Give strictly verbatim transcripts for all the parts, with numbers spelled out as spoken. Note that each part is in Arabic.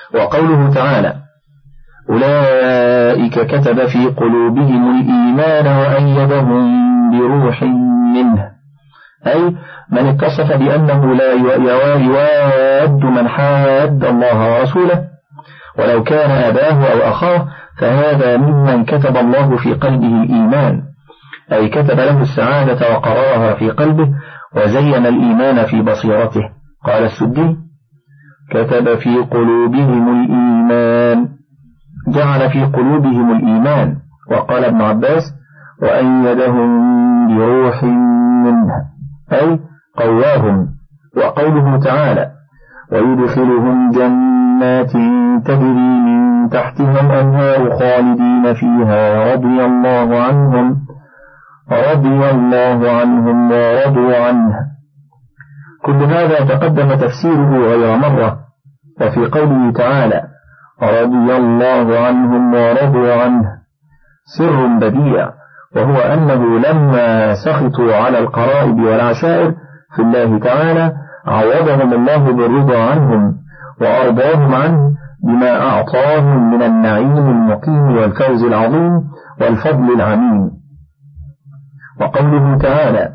وقوله تعالى أولئك كتب في قلوبهم الإيمان وأيدهم بروح منه، أي من اتصف بأنه لا يواد من حاد الله ورسوله ولو كان أباه أو أخاه، فهذا ممن كتب الله في قلبه الإيمان، أي كتب له السعادة وقرارها في قلبه وزين الإيمان في بصيرته. قال السدي كتب في قلوبهم الإيمان، جعل في قلوبهم الإيمان. وقال ابن عباس وأيدهم بروح منه، أي قواهم. وقوله تعالى ويدخلهم جنات تجري من تحتها الأنهار خالدين فيها رضي الله عنهم رضي الله عنهم ورضوا عنه. كل هذا تقدم تفسيره غير مرة. وفي قوله تعالى رضي الله عنهم ورضوا عنه سر بديع، وهو أنه لما سخطوا على القرائب والعشائر في الله تعالى عوضهم الله بالرضا عنهم وأرضاهم عنه بما أعطاهم من النعيم المقيم والفوز العظيم والفضل العميم. وقوله تعالى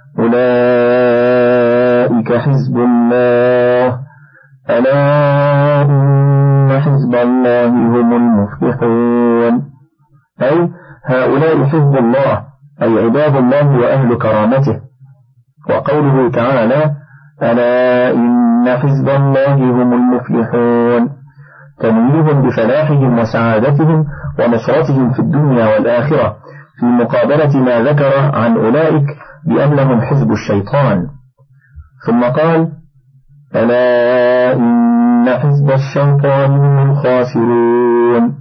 أولئك حزب الله ألا إن حزب الله هم المفلحون، أي هؤلاء حزب الله، أي عباد الله وأهل كرامته. وقوله تعالى ألا إن حزب الله هم المفلحون تنويه بفلاحهم وسعادتهم ونصرتهم في الدنيا والآخرة، في مقابلة ما ذكر عن أولئك بأنهم حزب الشيطان. ثم قال ألا إن حزب الشيطان هم الخاسرون.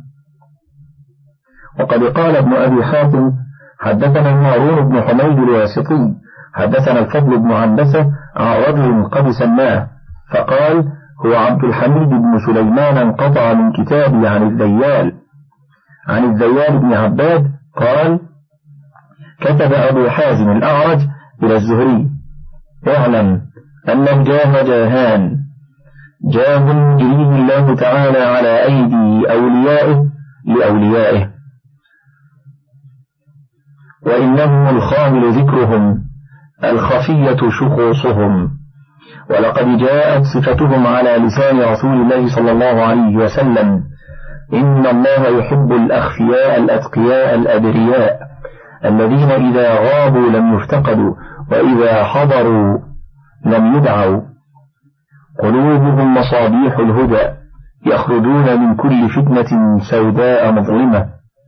وقد قال ابن أبي حاتم حدثنا هارون بن حميد الواسطي حدثنا الفضل بن عنبسة عن رجل قد سماه فقال هو عبد الحميد بن سليمان انقطع من كتابي عن الذيال عن الذيال بن عباد قال كتب أبو حازم الأعرج إلى الزهري اعلم أن الجاه جاهان، جاه يجريه الله تعالى على أيدي أوليائه لأوليائه، وإنه الخامل ذكرهم الخفية شخوصهم، ولقد جاءت صفتهم على لسان رسول الله صلى الله عليه وسلم إن الله يحب الأخفياء الأتقياء الأبرياء الذين إذا غابوا لم يفتقدوا وإذا حضروا لم يدعوا، قلوبهم مصابيح الهدى يخرجون من كل فتنة سوداء مظلمة.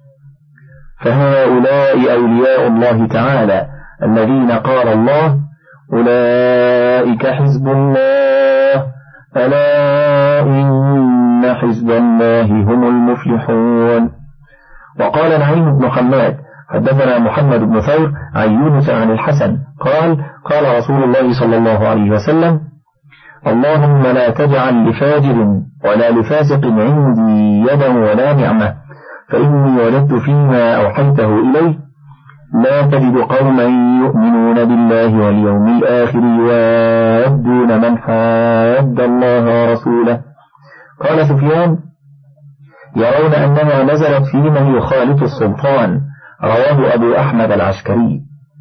فهؤلاء أولياء الله تعالى الذين قال الله أولئك حزب الله ألا إن حزب الله هم المفلحون. وقال نعيم بن حماد حدثنا محمد بن ثور عن يونس عن الحسن قال قال رسول الله صلى الله عليه وسلم اللهم لا تجعل لفاجر ولا لفاسق عندي يدا ولا نعمة، فإني وجدت فيما أوحيته إليه لا تجد قوما يؤمنون بالله واليوم الآخر يوادون من حاد الله ورسوله. قال سفيان يرون أنها نزلت في من يخالط السلطان، رواه أبو أحمد العسكري.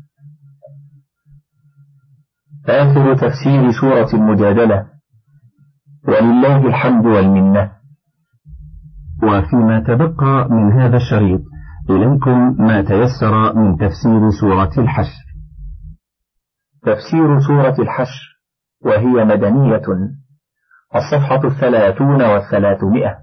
آخر تفسير سورة المجادلة، ولله الحمد والمنة. وفيما تبقى من هذا الشريط إليكم ما تيسر من تفسير سورة الحشر. تفسير سورة الحشر وهي مدنية، الصفحة الثلاثون والثلاثمائة.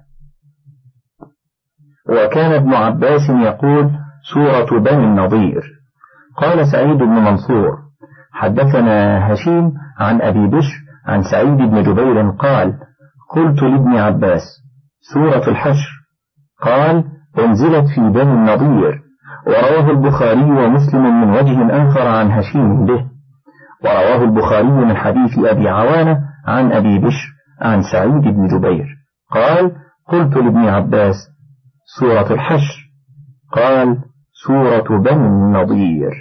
وكان ابن عباس يقول سورة بني النضير. قال سعيد بن منصور حدثنا هشيم عن أبي بشر عن سعيد بن جبير قال قلت لابن عباس سورة الحشر، قال انزلت في بني النضير. ورواه البخاري ومسلم من وجه آخر عن هشيم به، ورواه البخاري من حديث أبي عوانة عن أبي بشر عن سعيد بن جبير قال قلت لابن عباس سورة الحشر، قال سورة بني النضير.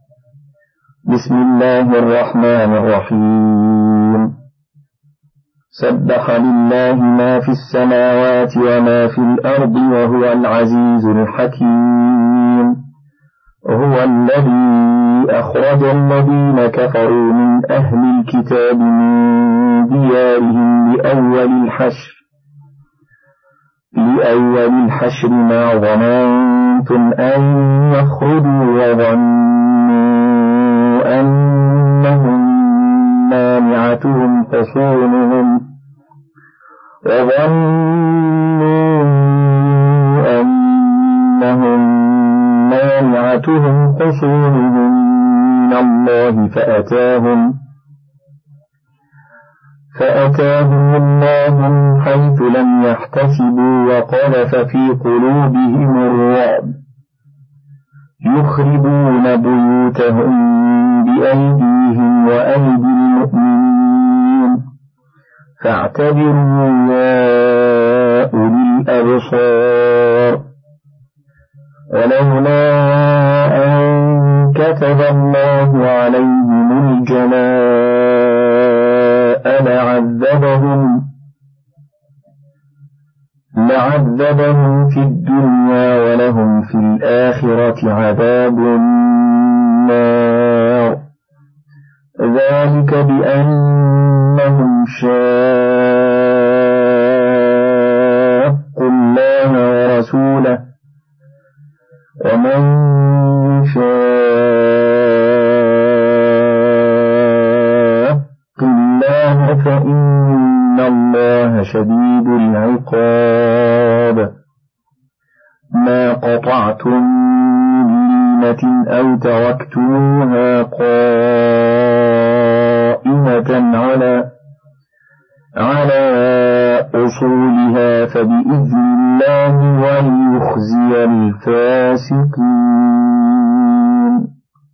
بسم الله الرحمن الرحيم. سبح لله ما في السماوات وما في الأرض وهو العزيز الحكيم هو الذي أخرج الذين كفروا من أهل الكتاب من ديارهم لأول الحشر لأول الحشر ما ظننتم أن يخرجوا وظنوا أنهم مانعتهم حصونهم وظنوا أنهم مانعتهم حصونهم من الله فأتاهم فأتاهم الله من حيث لم يحتسبوا وقذف في قلوبهم الرعب يخربون بيوتهم بأيديهم وأيدي المؤمنين فاعتبروا يا أولي الأبصار ولولا أن كتب الله عليهم الجلاء لعذبهم لعذبهم في الدنيا ولهم في الآخرة عذاب النار ذلك بأنهم شاقوا الله ورسوله ومن شاق الله فإن الله شديد العقاب ما قطعتم من لينة أو تركتموها قائمة على على أصولها فبإذن الله وليخزي الفاسقين.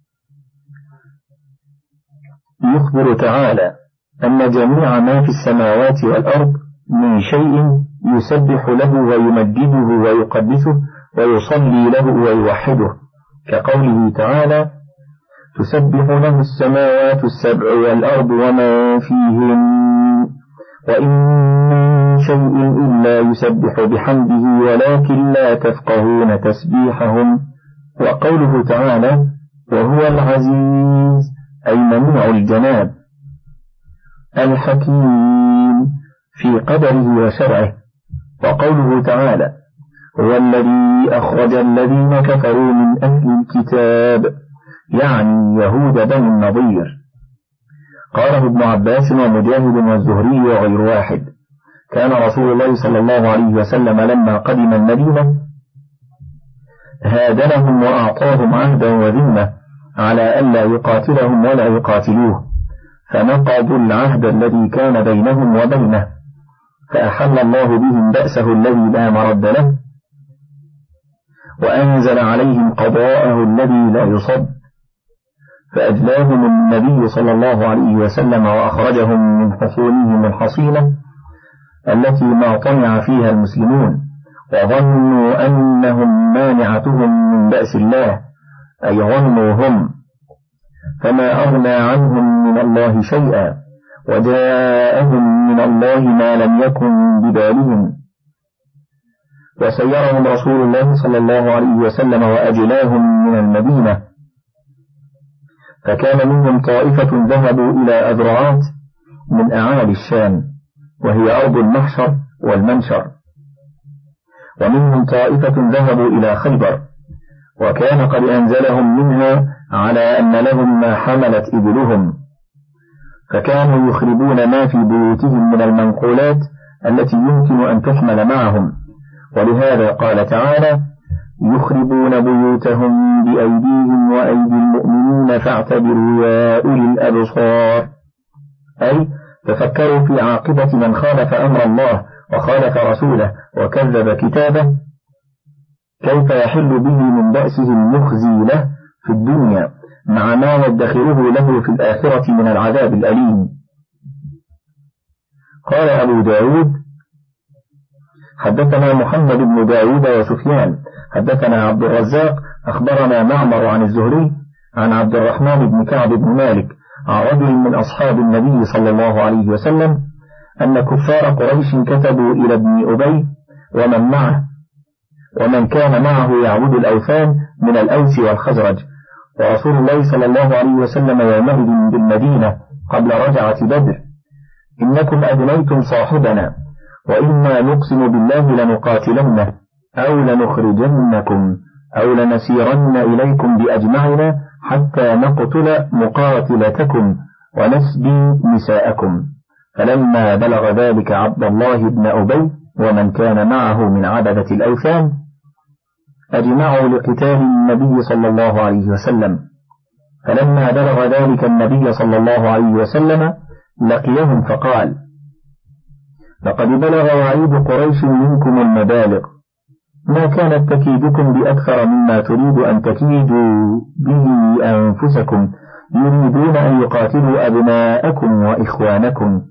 يخبر تعالى أن جميع ما في السماوات والأرض من شيء يسبح له ويمجده ويقدسه ويصلي له ويوحده، كقوله تعالى: تسبح له السماوات السبع والأرض وما فيهن وإن من شيء إلا يسبح بحمده ولكن لا تفقهون تسبيحهم. وقوله تعالى: وهو العزيز أي منيع الجناب الحكيم في قدره وشرعه. وقوله تعالى: هو الذي أخرج الذين كفروا من أهل الكتاب يعني يهود بني النضير. قاله ابن عباس ومجاهد والزهري وغير واحد. كان رسول الله صلى الله عليه وسلم لما قدم المدينة هادنهم وأعطاهم عهدا وذمة على ألا يقاتلهم ولا يقاتلوه، فنقضوا العهد الذي كان بينهم وبينه، فأحل الله بهم بأسه الذي لا مرد له، وأنزل عليهم قضاءه الذي لا يصد، فأجلاهم النبي صلى الله عليه وسلم وأخرجهم من حصونهم الحصينة التي ما طمع فيها المسلمون، وظنوا أنهم مانعتهم من بأس الله، أي ظنوا هم، فما أغنى عنهم من الله شيئا، وجاءهم من الله ما لم يكن ببالهم، وسيرهم رسول الله صلى الله عليه وسلم وأجلاهم من المدينة، فكان منهم طائفة ذهبوا إلى أذرعات من أعالي الشام وهي أرض المحشر والمنشر، ومنهم طائفة ذهبوا إلى خيبر، وكان قد أنزلهم منها على أن لهم ما حملت إبلهم، فكانوا يخربون ما في بيوتهم من المنقولات التي يمكن أن تحمل معهم، ولهذا قال تعالى: يخربون بيوتهم بأيديهم وأيدي المؤمنين فاعتبروا يا أولي الأبصار، أي تفكروا في عاقبة من خالف أمر الله وخالف رسوله وكذب كتابه، كيف يحل به من بأسه المخزي له في الدنيا مع ما يدخره له في الآخرة من العذاب الأليم. قال أبو داود: حدثنا محمد بن داود وسفيان حدثنا عبد الرزاق أخبرنا معمر عن الزهري عن عبد الرحمن بن كعب بن مالك عن رجل من أصحاب النبي صلى الله عليه وسلم أن كفار قريش كتبوا إلى ابن أبي ومن معه ومن كان معه يعبد الأوثان من الأوس والخزرج، ورسول الله صلى الله عليه وسلم يومئذ بالمدينة قبل رجعة بدر: إنكم أدنيتم صاحبنا، وإنا نقسم بالله لنقاتلنه أو لنخرجنكم أو لنسيرن إليكم بأجمعنا حتى نقتل مقاتلتكم ونسبي نساءكم. فلما بلغ ذلك عبد الله بن أبي ومن كان معه من عبدة الأوثان أجمعوا لقتال النبي صلى الله عليه وسلم. فلما بلغ ذلك النبي صلى الله عليه وسلم لقيهم فقال: لقد بلغ وعيد قريش منكم المبالغ، ما كانت تكيدكم بأكثر مما تريد أن تكيدوا به أنفسكم، يريدون أن يقاتلوا أبناءكم وإخوانكم.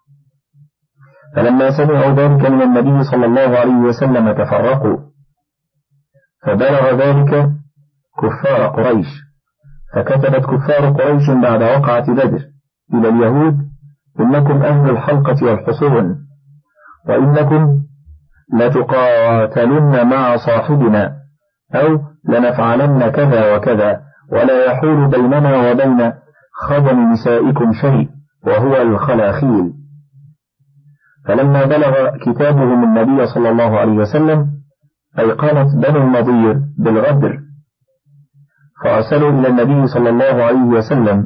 فلما سمعوا ذلك من النبي صلى الله عليه وسلم تفرقوا، فبلغ ذلك كفار قريش، فكتبت كفار قريش بعد وقعة بدر إلى اليهود: إنكم أهل الحلقة والحصون، وإنكم لتقاتلن مع صاحبنا أو لنفعلن كذا وكذا، ولا يحول بيننا وبين خدم نسائكم شيء وهو الخلاخيل. فلما بلغ كتابهم النبي صلى الله عليه وسلم أيقنت بنو النضير بالغدر، فأرسلوا إلى النبي صلى الله عليه وسلم: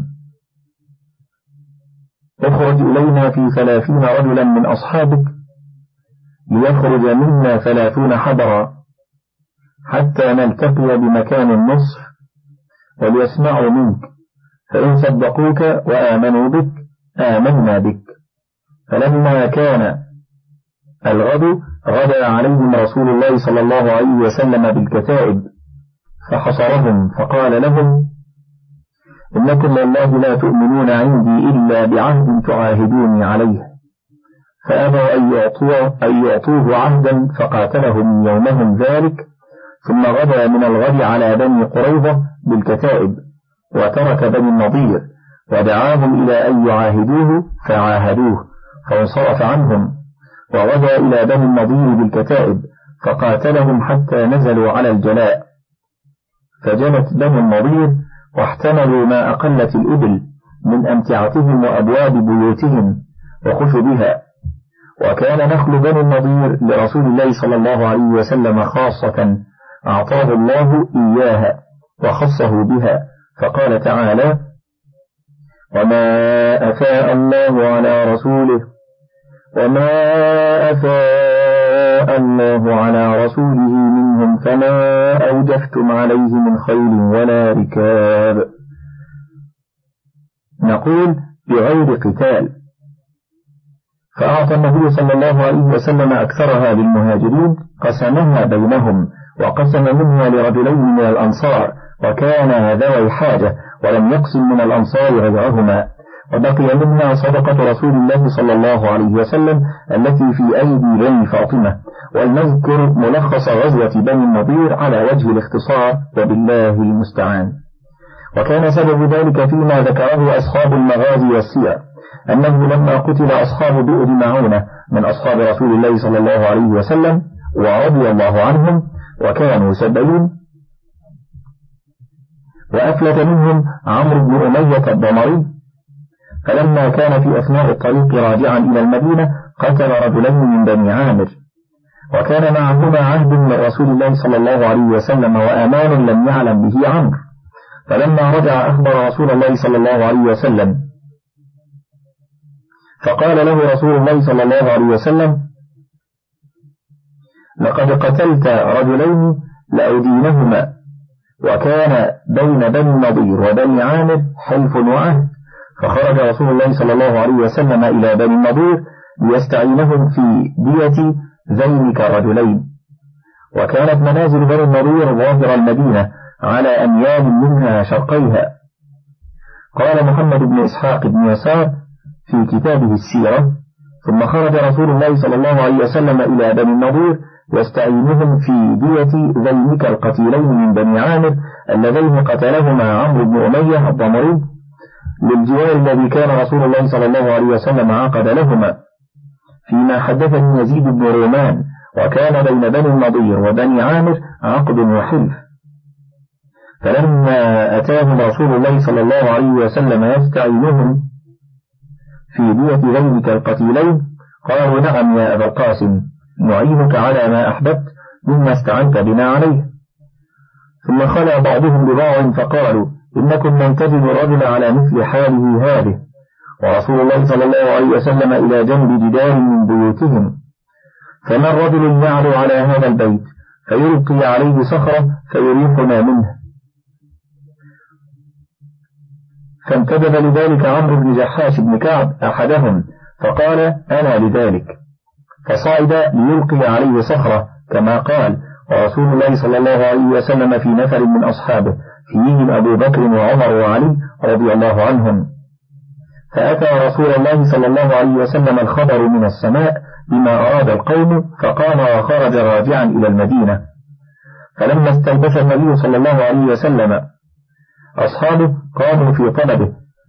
اخرج إلينا في ثلاثين رجلا من أصحابك ليخرج منا ثلاثون حبرا حتى نلتقي بمكان النصف وليسمعوا منك، فإن صدقوك وآمنوا بك آمنا بك. فلما كان الغد غدا عليهم رسول الله صلى الله عليه وسلم بالكتائب فحصرهم فقال لهم: إنكم والله لا تؤمنون عندي إلا بعهد تعاهدوني عليه. فأبوا أن يعطوه, أن يعطوه عهدا، فقاتلهم يومهم ذلك، ثم غدا من الغد على بني قريظة بالكتائب، وترك بني النضير ودعاهم إلى أن يعاهدوه فعاهدوه، فانصرف عنهم، وغدا إلى بني النضير بالكتائب فقاتلهم حتى نزلوا على الجلاء، فجلت بني النضير واحتملوا ما أقلت الإبل من أمتعتهم وأبواب بيوتهم وخشبها. وكان نخل بني النضير لرسول الله صلى الله عليه وسلم خاصة أعطاه الله إياها وخصه بها، فقال تعالى: وما أفاء الله على رسوله وما أفاء الله على رسوله منهم فما أوجفتم عليه من خيل ولا ركاب. نقول بغير قتال. فأعطى النبي صلى الله عليه وسلم أكثرها للمهاجرين، قسمها بينهم، وقسم منها لرجلين من الأنصار وكان ذوي حاجة، ولم يقسم من الأنصار غيرهما، وبقي منها صدقة رسول الله صلى الله عليه وسلم التي في أيدي بني فاطمة. ولنذكر ملخص غزوة بني النضير على وجه الاختصار وبالله المستعان. وكان سبب ذلك فيما ذكره أصحاب المغازي والسير، أنه لما قتل أصحاب بئر معونة من أصحاب رسول الله صلى الله عليه وسلم ورضي الله عنهم وكانوا سبعين، وأفلت منهم عمرو بن أمية الضمري، فلما كان في أثناء الطريق راجعا إلى المدينة قتل رجلين من بني عامر، وكان معهما عهد من رسول الله صلى الله عليه وسلم وأمان لم يعلم به عمرو. فلما رجع أخبر رسول الله صلى الله عليه وسلم، فقال له رسول الله صلى الله عليه وسلم: لقد قتلت رجلين لأدينهما. وكان بين بني النضير وبني عامر حلف وعهد، فخرج رسول الله صلى الله عليه وسلم إلى بني النضير ليستعينهم في دية ذلك الرجلين. وكانت منازل بني النضير ظاهر المدينة على أميال منها شرقيها. قال محمد بن إسحاق بن يسار في كتابه السيرة: ثم خرج رسول الله صلى الله عليه وسلم إلى بني النضير يستعينهم في دية ذلك القتيلين من بني عامر اللذين قتلهما عمرو بن أمية الضمري للجوار الذي كان رسول الله صلى الله عليه وسلم عقد لهما. فيما حدثني يزيد بن رومان، وكان بين بني النضير وبني عامر عقد وحلف، فلما أتاهم رسول الله صلى الله عليه وسلم يستعينهم في دية ذلك القتيلين قالوا نعم يا أبا القاسم، نعينك على ما أحببت مما استعنت بنا عليه. ثم خلى بعضهم ببعض فقالوا إنكم من تجدوا الرجل على مثل حاله هذه، ورسول الله صلى الله عليه وسلم إلى جنب جدار من بيوتهم، فما الرجل يعلو على هذا البيت فيلقي عليه صخرة فيريحنا منه. فانتدب لذلك عمرو بن جحاش بن كعب أحدهم فقال أنا لذلك، فصعد ليلقي عليه صخرة كما قال، ورسول الله صلى الله عليه وسلم في نفر من أصحابه فيهم أبو بكر وعمر وعلي رضي الله عنهم. فأتى رسول الله صلى الله عليه وسلم الخبر من السماء بما أراد القوم، فقام وخرج راجعا إلى المدينة. فلما استلبس النبي صلى الله عليه وسلم أصحابه قاموا في طلبه،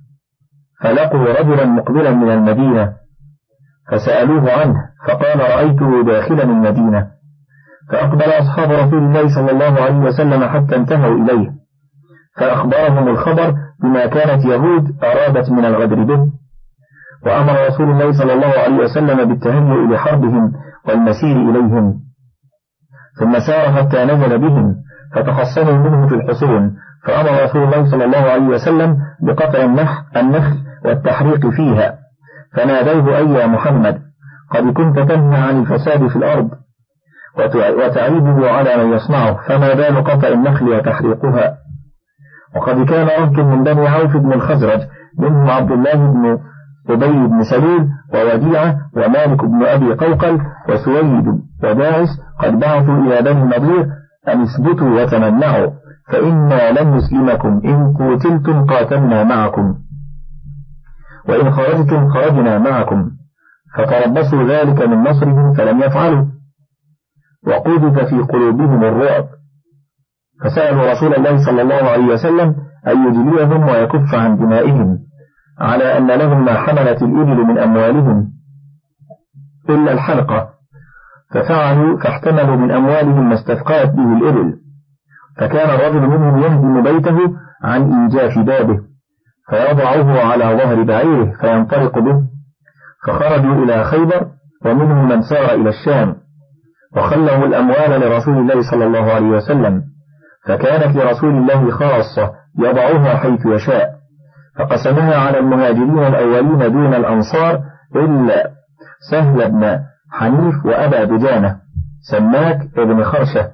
فلقوا رجلا مقبلا من المدينة فسألوه عنه، فقال رأيته داخلا المدينة. فأقبل أصحاب رسول الله صلى الله عليه وسلم حتى انتهوا إليه، فأخبرهم الخبر بما كانت يهود أرادت من الغدر به، وأمر رسول الله صلى الله عليه وسلم بالتهيؤ لحربهم والمسير إليهم. ثم سار حتى نزل بهم فتحصنوا منه في الحصون، فأمر رسول الله صلى الله عليه وسلم بقطع النخل والتحريق فيها، فنادوه أي يا محمد قد كنت تنهى عن الفساد في الأرض وتعيبه على من يصنعه، فما بال قطع النخل وتحريقها. وقد كان رهط من بني عوف بن الخزرج منهم عبد الله بن أبي بن سلول ووديعة ومالك بن أبي قوقل وسويد وداعس قد بعثوا إلى بني النضير أن اثبتوا وتمنعوا، فإنا لن نسلمكم، إن قتلتم قاتلنا معكم، وإن خرجتم خرجنا معكم، فتربصوا ذلك من نصرهم فلم يفعلوا، وقذف في قلوبهم الرعب، فسألوا رسول الله صلى الله عليه وسلم أن يجليهم ويكف عن دمائهم، على أن لهم ما حملت الإبل من أموالهم إلا الحلقة، ففعلوا فاحتملوا من أموالهم ما استثقلت به الإبل، فكان الرجل منهم يهدم بيته عن إيجاف بابه فيضعه على ظهر بعيره فينطلق به، فخرجوا إلى خيبر، ومنهم من سار إلى الشام، وخلوا الأموال لرسول الله صلى الله عليه وسلم، فكانت لرسول الله خاصة يضعها حيث يشاء، فقسمها على المهاجرين الأولين دون الأنصار إلا سهل بن حنيف وأبا دجانة سماك ابن خرشة،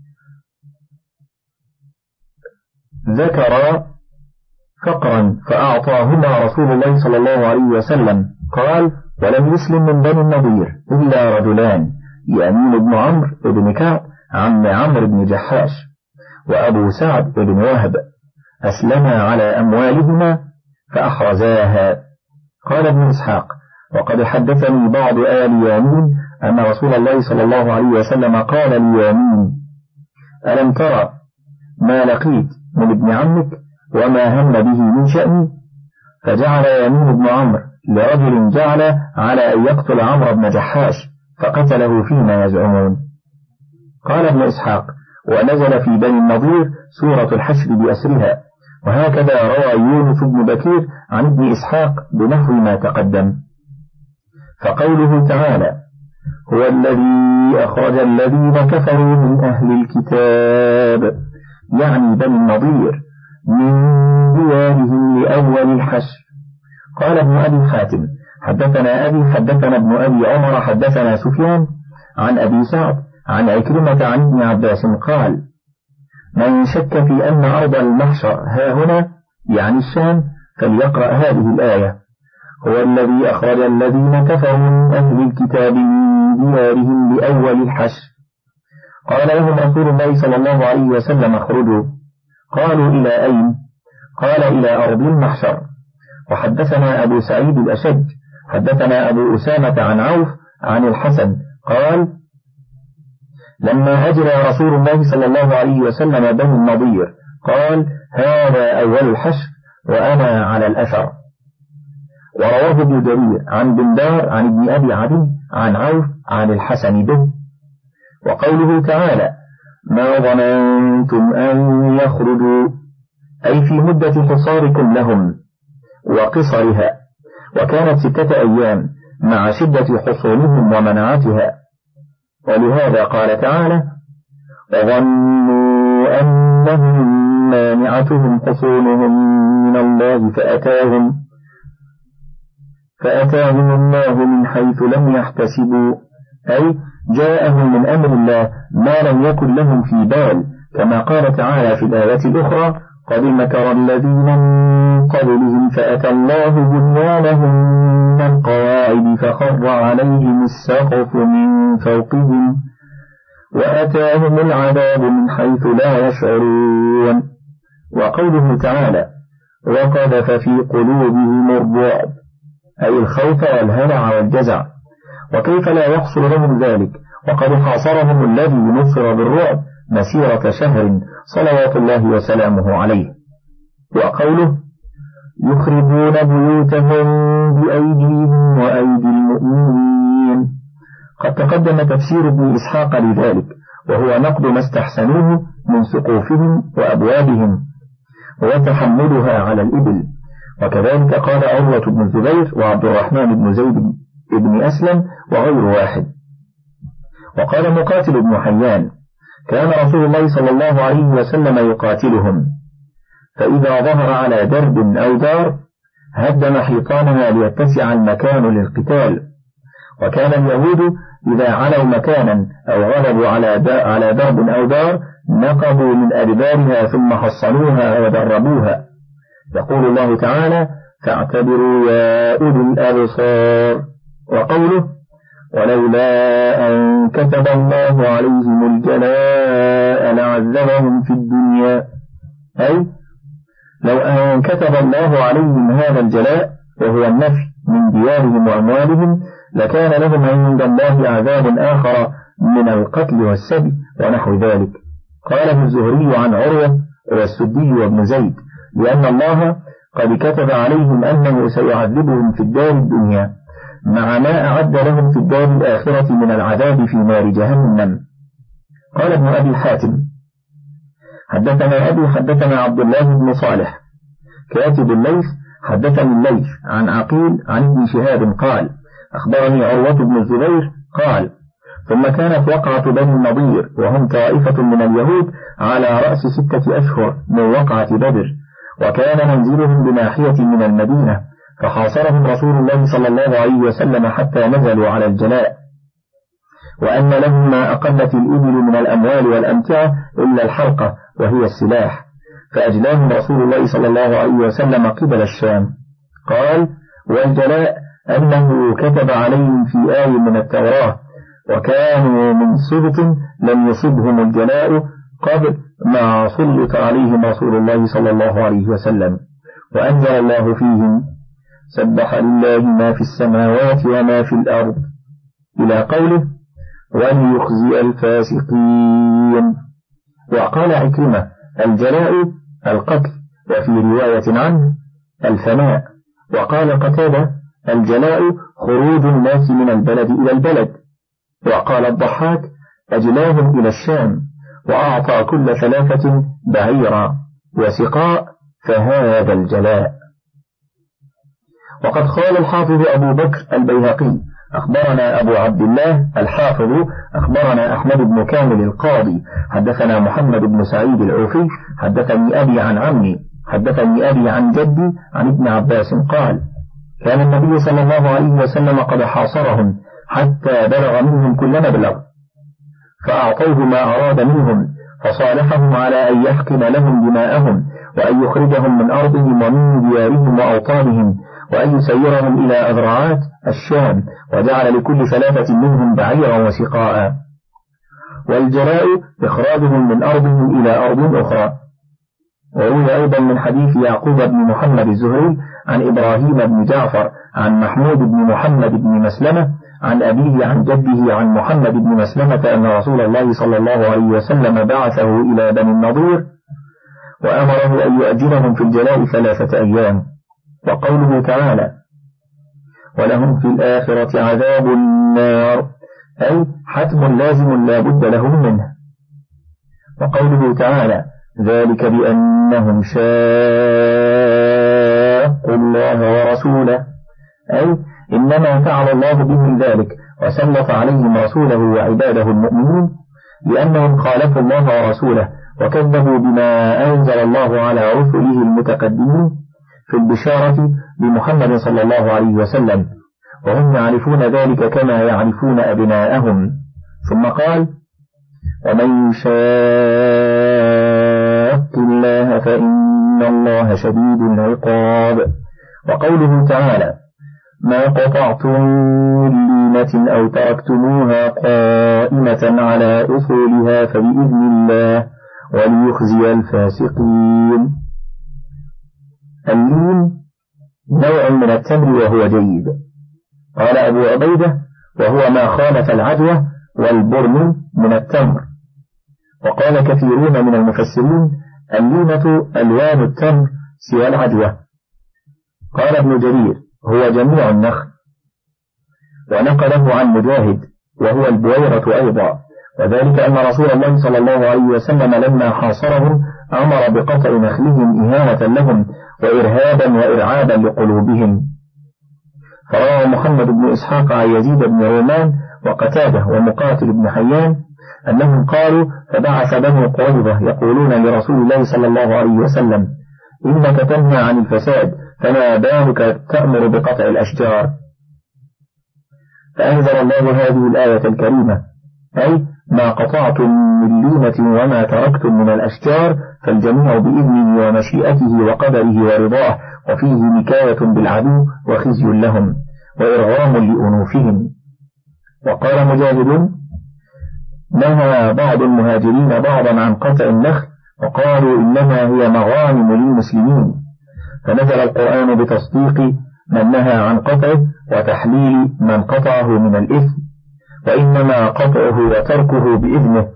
ذكر فقرا فأعطاهما رسول الله صلى الله عليه وسلم. قال ولم يسلم من بني النضير إلا رجلان، يمين بن عمرو بن كعب عم عمرو بن جحاش وأبو سعد بن وهب، أسلما على أموالهما فأحرزاها. قال ابن إسحاق وقد حدثني بعض آل يامين أن رسول الله صلى الله عليه وسلم قال ليامين ألم ترى ما لقيت من ابن عمك وما هم به من شأني؟ فجعل يامين بن عمرو لرجل جعل على أن يقتل عمرو بن جحاش فقتله فيما يزعمون. قال ابن إسحاق ونزل في بني النضير سورة الحشر بأسرها، وهكذا روى يونس بن بكير عن ابن إسحاق بنحو ما تقدم. فقوله تعالى هو الذي أخرج الذين كفروا من أهل الكتاب يعني بني النضير من ديارهم لأول الحشر. قال ابن أبي حاتم حدثنا أبي حدثنا ابن أبي عمر حدثنا سفيان عن أبي سعد عن عكرمة عن ابن عباس قال من شك في أن أرض المحشر ها هنا يعني الشام فليقرأ هذه الآية هو الذي أخرج الذين كفروا من أهل الكتاب من ديارهم لأول الحشر. قال لهم رسول الله صلى الله عليه وسلم اخرجوا. قالوا إلى أين؟ قال إلى أرض المحشر. وحدثنا أبو سعيد الأشج حدثنا أبو أسامة عن عوف عن الحسن قال لما هجر رسول الله صلى الله عليه وسلم بني النضير قال هذا أول الحشر وأنا على الأثر. ورواه ابن جرير عن بندار عن ابن أبي عدي عن عوف عن الحسن به. وقوله تعالى ما ظننتم أن يخرجوا أي في مدة حصاركم لهم وقصرها، وكانت ستة أيام مع شدة حصونهم ومناعتها. ولهذا قال تعالى وظنوا أنهم مانعتهم حصونهم من الله فأتاهم فأتاهم الله من حيث لم يحتسبوا، أي جاءهم من أمر الله ما لم يكن لهم في بال، كما قال تعالى في الآية الأخرى قد مكر الذين من قبلهم فأتى الله بنيانهم من القواعد فخر عليهم السقف من فوقهم وأتاهم العذاب من حيث لا يشعرون. وقوله تعالى وقذف في قلوبهم الرعب أي الخوف والهلع والجزع، وكيف لا يحصل لهم ذلك وقد حاصرهم الذي نصر بالرعب مسيرة شهر صلوات الله وسلامه عليه. وقوله يخربون بيوتهم بأيديهم وأيدي المؤمنين، قد تقدم تفسير ابن إسحاق لذلك، وهو نقد ما استحسنوه من سقوفهم وأبوابهم وتحملها على الإبل. وكذلك قال عروة بن الزبير وعبد الرحمن بن زيد بن أسلم وغير واحد. وقال مقاتل بن حيان كان رسول الله صلى الله عليه وسلم يقاتلهم، فإذا ظهر على درب أو دار هدم حيطانها ليتسع المكان للقتال. وكان اليهود إذا علوا مكانا أو غلبوا على درب أو دار نقبوا من أدبارها ثم حصنوها ودربوها. يقول الله تعالى فاعتبروا يا أولي الأبصار. وقوله ولولا أن كتب الله عليهم الجلاء لعذبهم في الدنيا، أي لو أن كتب الله عليهم هذا الجلاء وهو النفي من ديارهم وأموالهم لكان لهم عند الله عذاب آخر من القتل والسبي ونحو ذلك. قاله الزهري عن عروة والسدي وابن زيد لأن الله قد كتب عليهم أنه سيعذبهم في الدار الدنيا مع ما أعد لهم في الدار الآخرة من العذاب في نار جهنم. قال ابن أبي حاتم حدثنا أبي حدثنا عبد الله بن صالح كاتب الليث حدثني الليث عن عقيل عن ابن شهاب قال أخبرني عروة بن الزبير قال ثم كانت وقعة بني النضير وهم طائفة من اليهود على رأس ستة أشهر من وقعة بدر، وكان منزلهم بناحية من المدينة، فحاصرهم رسول الله صلى الله عليه وسلم حتى نزلوا على الجلاء، وأن لهم ما أقلت الإبل من الأموال والأمتعة إلا الحلقة وهي السلاح، فأجلاهم رسول الله صلى الله عليه وسلم قبل الشام. قال والجلاء أنه كتب عليهم في آية من التوراة وكانوا من سبط لم يصبهم الجلاء قبل ما سلط عليهم رسول الله صلى الله عليه وسلم، وأنزل الله فيهم سبح لله ما في السماوات وما في الأرض إلى قوله وليخزي الفاسقين. وقال عكرمة الجلاء القتل، وفي رواية عنه الفناء. وقال قتادة الجلاء خروج الناس من البلد إلى البلد. وقال الضحاك أجلاهم إلى الشام وأعطى كل ثلاثة بعيرا وسقاء فهذا الجلاء. وقد قال الحافظ أبو بكر البيهقي أخبرنا أبو عبد الله الحافظ أخبرنا أحمد بن كامل القاضي حدثنا محمد بن سعيد العوفي حدثني أبي عن عمي حدثني أبي عن جدي عن ابن عباس قال كان النبي صلى الله عليه وسلم قد حاصرهم حتى بلغ منهم كل مبلغ، فأعطوه ما أراد منهم، فصالحهم على أن يحكم لهم دماءهم وأن يخرجهم من أرضهم ومن ديارهم وأوطانهم وأن يسيرهم إلى أذرعات الشام، وجعل لكل ثلاثة منهم بعيرا وسقاء. والجلاء إخراجهم من أرضهم إلى أرض أخرى. وروي أيضا من حديث يعقوب بن محمد الزهري عن إبراهيم بن جعفر عن محمود بن محمد بن مسلمة عن أبيه عن جده عن محمد بن مسلمة أن رسول الله صلى الله عليه وسلم بعثه إلى بني النضير وأمره أن يؤجلهم في الجلاء ثلاثة أيام. وقوله تعالى ولهم في الآخرة عذاب النار، أي حتم لازم لا بد لهم منه. وقوله تعالى ذلك بأنهم شاقوا الله ورسوله، أي إنما فعل الله بهم ذلك وسلط عليهم رسوله وعباده المؤمنين لأنهم خالفوا الله ورسوله وكذبوا بما أنزل الله على رسله المتقدمين في البشارة بمحمد صلى الله عليه وسلم، وهم يعرفون ذلك كما يعرفون أبناءهم. ثم قال ومن يشاق الله فإن الله شديد العقاب. وقوله تعالى ما قطعتم من لينة أو تركتموها قائمة على أصولها فبإذن الله وليخزي الفاسقين. اللين نوع من التمر وهو جيد. قال أبو عبيدة وهو ما خالف العجوة والبرم من التمر. وقال كثيرون من المفسرين اللينة ألوان التمر سوى العجوة. قال ابن جرير هو جميع النخل. ونقله عن مجاهد وهو البويرة أيضا، وذلك أن رسول الله صلى الله عليه وسلم لما حاصرهم أمر بقطع نخلهم إهانة لهم وإرهابا وإرعابا لقلوبهم. فروى محمد بن إسحاق عن يزيد بن رومان وقتاده ومقاتل بن حيان أنهم قالوا فبعث بنو قريظة يقولون لرسول الله صلى الله عليه وسلم إنك تنهى عن الفساد فما بالك تأمر بقطع الأشجار. فأنزل الله هذه الآية الكريمة أي ما قطعتم من لينة وما تركتم من الأشجار فالجميع بإذنه ومشيئته وقدره ورضاه، وفيه نكاية بالعدو وخزي لهم وإرغام لأنوفهم. وقال مجاهد نهى بعض المهاجرين بعضا عن قطع النخل وقالوا إنما هي مغانم للمسلمين، فنزل القرآن بتصديق من نهى عن قطعه وتحليل من قطعه من الإثم، وإنما قطعه وتركه بإذنه.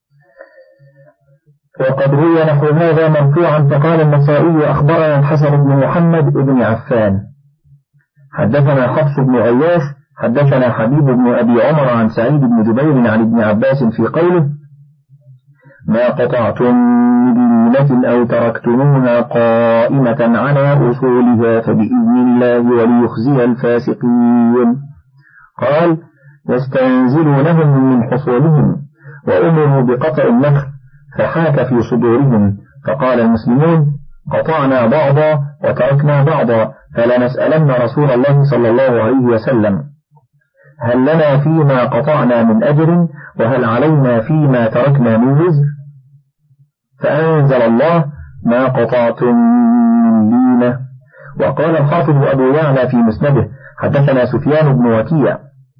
وقد روي نحو هذا مرفوعا فقال النسائي أخبرنا الحسن بن محمد بن عفان حدثنا حفص بن غياث حدثنا حبيب بن أبي عمر عن سعيد بن جبير عن ابن عباس في قوله ما قطعتم من لينة أو تركتموها قائمة على أصولها فبإذن الله وليخزي الفاسقين. قال يستنزلونهم من حصولهم وأمروا بقطع النخل فحاك في صدورهم، فقال المسلمون قطعنا بعضا وتركنا بعضا فلنسألن رسول الله صلى الله عليه وسلم هل لنا فيما قطعنا من أجر وهل علينا فيما تركنا من وزر؟ فأنزل الله ما قطعتم من لينة. وقال الحافظ أبو يعلى في مسنده حدثنا سفيان بن وكيع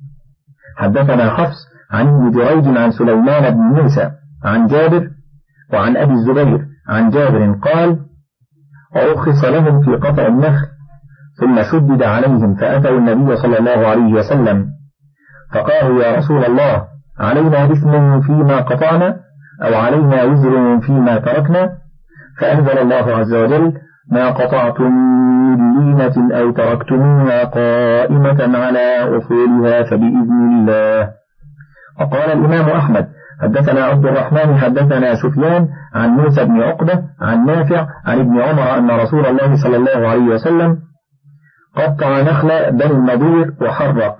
حدثنا حفص عن ابن جريج عن سليمان بن موسى عن جابر وعن أبي الزبير عن جابر قال أرخص لهم في قطع النخل ثم شدد عليهم فأتوا النبي صلى الله عليه وسلم فقالوا يا رسول الله علينا إثم فيما قطعنا أو علينا وزر فيما تركنا؟ فأنزل الله عز وجل ما قطعتم من لينة أو تركتموها قائمة على أصولها فبإذن الله. وقال الإمام أحمد حدثنا عبد الرحمن حدثنا سفيان عن موسى بن عقبة عن نافع عن ابن عمر أن رسول الله صلى الله عليه وسلم قطع نخل بني النضير وحرق.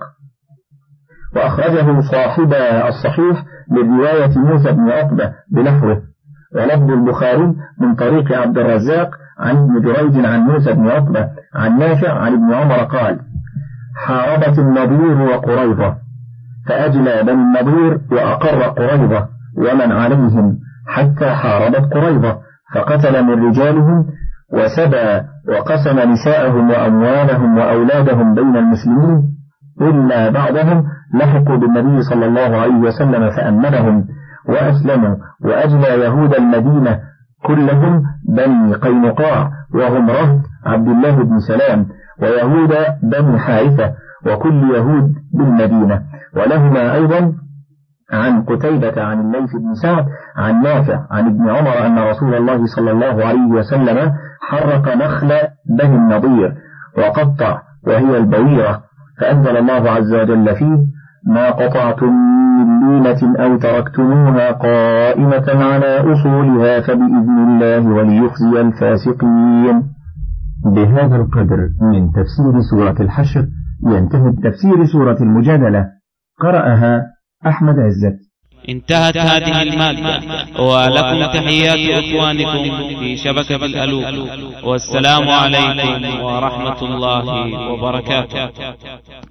وأخرجه صاحب الصحيح لرواية موسى بن عقبة بلفظه، ولفظ البخاري من طريق عبد الرزاق عن ابن جريج عن موسى بن عقبة عن نافع عن ابن عمر قال حاربت النضير وقريظة فأجلى بني النضير وأقر قريظة ومن عليهم حتى حاربت قريظة فقتل من رجالهم وسبى وقسم نساءهم وأموالهم وأولادهم بين المسلمين إلا بعضهم لحقوا بالنبي صلى الله عليه وسلم فأمنهم وأسلموا وأجلى يهود المدينة كلهم بني قينقاع وهم رهط عبد الله بن سلام ويهود بني حارثة وكل يهود بالمدينة. ولهما أيضا عن قتيبة عن الليث بن سعد عن نافع عن ابن عمر أن رسول الله صلى الله عليه وسلم حرق نخل بني النضير وقطع وهي البويرة فأنزل الله عز وجل فيه: ما قطعتم من لينة أو تركتموها قائمة على أصولها فبإذن الله وليخزي الفاسقين. بهذا القدر من تفسير سورة الحشر ينتهي تفسير سورة المجادلة. قرأها أحمد عزت. انتهت هذه المادة، ولكم تحيات إخوانكم في شبكة الألوف، والسلام عليكم ورحمة الله وبركاته.